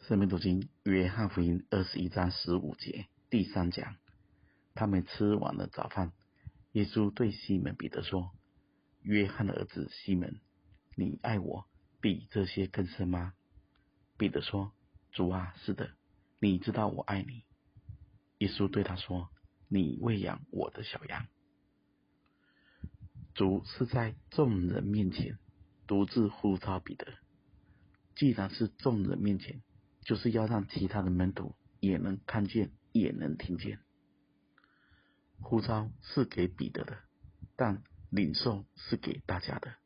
生命读经约翰福音21章15节第3讲，他们吃完了早饭，耶稣对西门彼得说：约翰的儿子西门，你爱我比这些更深吗？彼得说：主啊，是的，你知道我爱你。耶稣对他说：你喂养我的小羊。主是在众人面前独自呼召彼得，既然是众人面前，就是要让其他的门徒也能看见，也能听见。呼召是给彼得的，但领受是给大家的。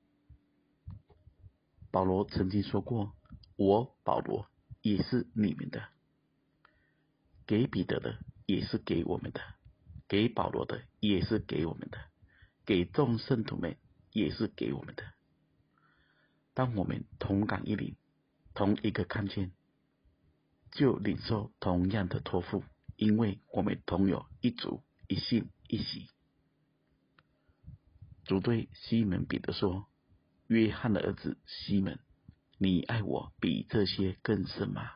保罗曾经说过：我保罗也是你们的。给彼得的也是给我们的，给保罗的也是给我们的，给众圣徒们也是给我们的。当我们同感一灵，同一个看见，就领受同样的托付，因为我们同有一主、一信、一洗。主对西门彼得说：约翰的儿子西门，你爱我比这些更深吗？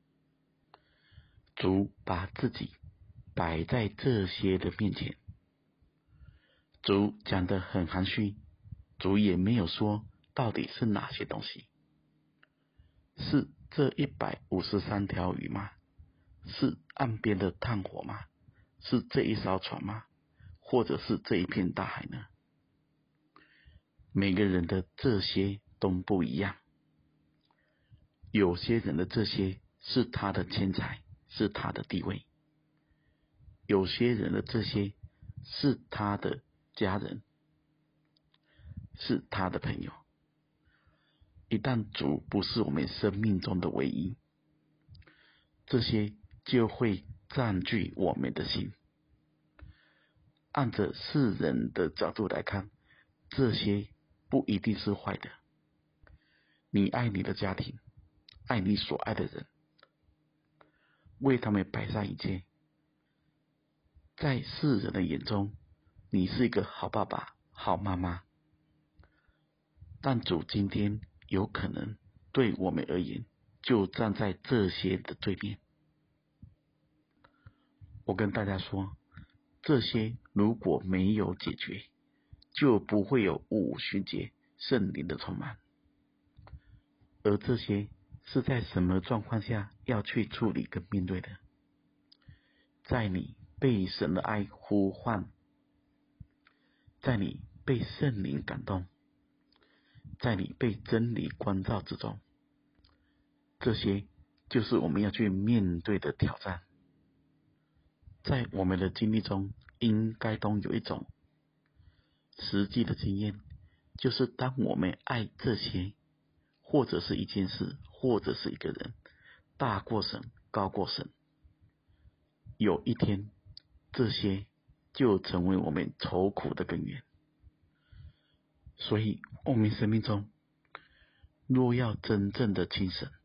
主把自己摆在这些的面前，主讲得很含蓄，主也没有说到底是哪些东西。是这153条鱼吗？是岸边的炭火吗？是这一艘船吗？或者是这一片大海呢？每个人的这些都不一样。有些人的这些是他的钱财，是他的地位；有些人的这些是他的家人，是他的朋友。一旦主不是我们生命中的唯一，这些就会占据我们的心。按着世人的角度来看，这些不一定是坏的。你爱你的家庭，爱你所爱的人，为他们摆上一切，在世人的眼中，你是一个好爸爸、好妈妈。但主今天有可能对我们而言，就站在这些的对面。我跟大家说，这些如果没有解决，就不会有五旬节圣灵的充满。而这些是在什么状况下要去处理跟面对的？在你被神的爱呼唤，在你被圣灵感动，在你被真理光照之中，这些就是我们要去面对的挑战。在我们的经历中，应该都有一种实际的经验，就是当我们爱这些，或者是一件事，或者是一个人，大过神，高过神，有一天这些就成为我们愁苦的根源。所以我们生命中若要真正的轻省，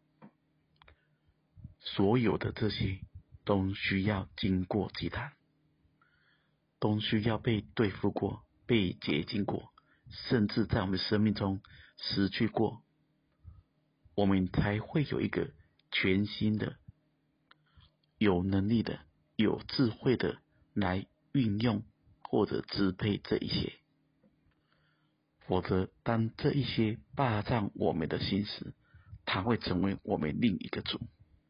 所有的这些都需要经过祭坛，都需要被对付过，被洁净过，甚至在我们生命中失去过，我们才会有一个全新的、有能力的、有智慧的来运用或者支配这一些。否则当这一些霸占我们的心时，它会成为我们另一个主。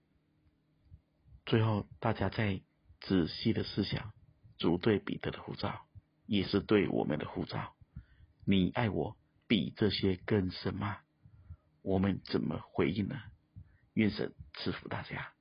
最后大家再仔细的思想，主对彼得的呼召，也是对我们的呼召。你爱我比这些更深吗？我们怎么回应呢？愿神赐福大家。